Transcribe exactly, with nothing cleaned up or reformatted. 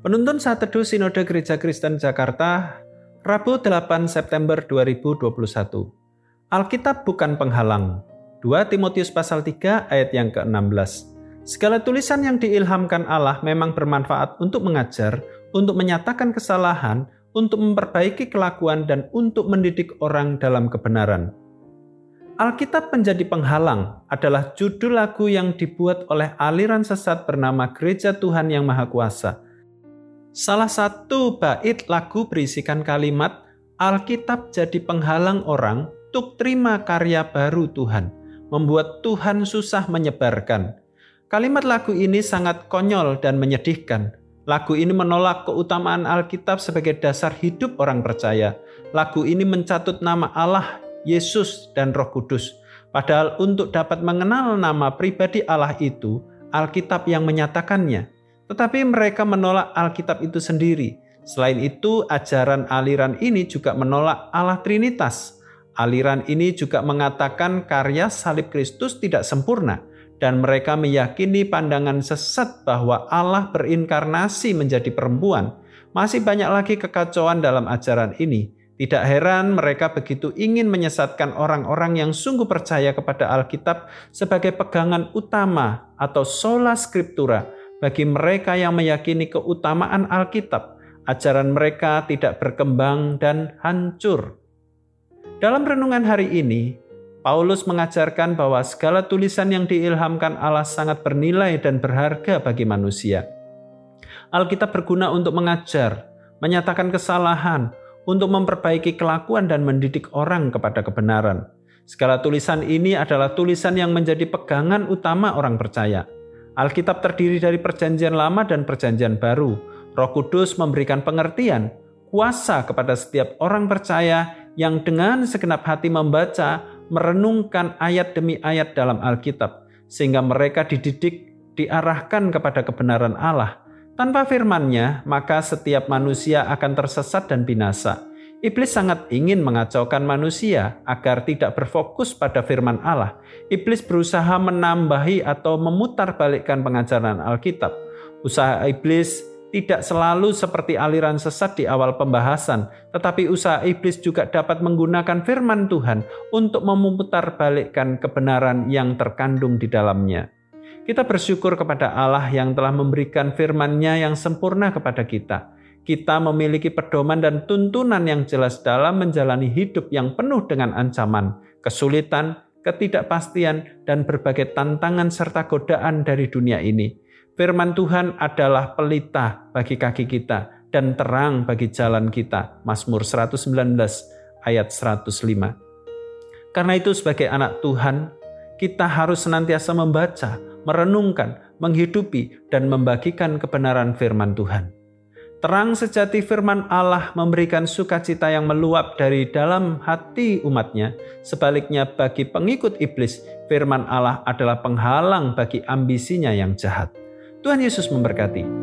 Penuntun Saat Teduh Sinode Gereja Kristen Jakarta, Rabu delapan September dua ribu dua puluh satu. Alkitab bukan penghalang. dua Timotius pasal tiga ayat yang keenam belas. Segala tulisan yang diilhamkan Allah memang bermanfaat untuk mengajar, untuk menyatakan kesalahan, untuk memperbaiki kelakuan, dan untuk mendidik orang dalam kebenaran. Alkitab menjadi penghalang adalah judul lagu yang dibuat oleh aliran sesat bernama Gereja Tuhan Yang Maha Kuasa. Salah satu bait lagu berisikan kalimat, Alkitab jadi penghalang orang untuk terima karya baru Tuhan, membuat Tuhan susah menyebarkan. Kalimat lagu ini sangat konyol dan menyedihkan. Lagu ini menolak keutamaan Alkitab sebagai dasar hidup orang percaya. Lagu ini mencatut nama Allah, Yesus, dan Roh Kudus. Padahal untuk dapat mengenal nama pribadi Allah itu, Alkitab yang menyatakannya. Tetapi mereka menolak Alkitab itu sendiri. Selain itu, ajaran aliran ini juga menolak Allah Trinitas. Aliran ini juga mengatakan karya salib Kristus tidak sempurna, dan mereka meyakini pandangan sesat bahwa Allah berinkarnasi menjadi perempuan. Masih banyak lagi kekacauan dalam ajaran ini. Tidak heran mereka begitu ingin menyesatkan orang-orang yang sungguh percaya kepada Alkitab sebagai pegangan utama atau sola scriptura. Bagi mereka yang meyakini keutamaan Alkitab, ajaran mereka tidak berkembang dan hancur. Dalam renungan hari ini, Paulus mengajarkan bahwa segala tulisan yang diilhamkan Allah sangat bernilai dan berharga bagi manusia. Alkitab berguna untuk mengajar, menyatakan kesalahan, untuk memperbaiki kelakuan dan mendidik orang kepada kebenaran. Segala tulisan ini adalah tulisan yang menjadi pegangan utama orang percaya. Alkitab terdiri dari Perjanjian Lama dan Perjanjian Baru. Roh Kudus memberikan pengertian, kuasa kepada setiap orang percaya yang dengan segenap hati membaca, merenungkan ayat demi ayat dalam Alkitab, sehingga mereka dididik, diarahkan kepada kebenaran Allah. Tanpa firman-Nya, maka setiap manusia akan tersesat dan binasa. Iblis sangat ingin mengacaukan manusia agar tidak berfokus pada firman Allah. Iblis berusaha menambahi atau memutarbalikkan pengajaran Alkitab. Usaha iblis tidak selalu seperti aliran sesat di awal pembahasan, tetapi usaha iblis juga dapat menggunakan firman Tuhan untuk memutarbalikkan kebenaran yang terkandung di dalamnya. Kita bersyukur kepada Allah yang telah memberikan firman-Nya yang sempurna kepada kita. Kita memiliki pedoman dan tuntunan yang jelas dalam menjalani hidup yang penuh dengan ancaman, kesulitan, ketidakpastian, dan berbagai tantangan serta godaan dari dunia ini. Firman Tuhan adalah pelita bagi kaki kita dan terang bagi jalan kita. Mazmur seratus sembilan belas ayat seratus lima. Karena itu sebagai anak Tuhan, kita harus senantiasa membaca, merenungkan, menghidupi, dan membagikan kebenaran firman Tuhan. Terang sejati firman Allah memberikan sukacita yang meluap dari dalam hati umatnya. Sebaliknya bagi pengikut iblis, firman Allah adalah penghalang bagi ambisinya yang jahat. Tuhan Yesus memberkati.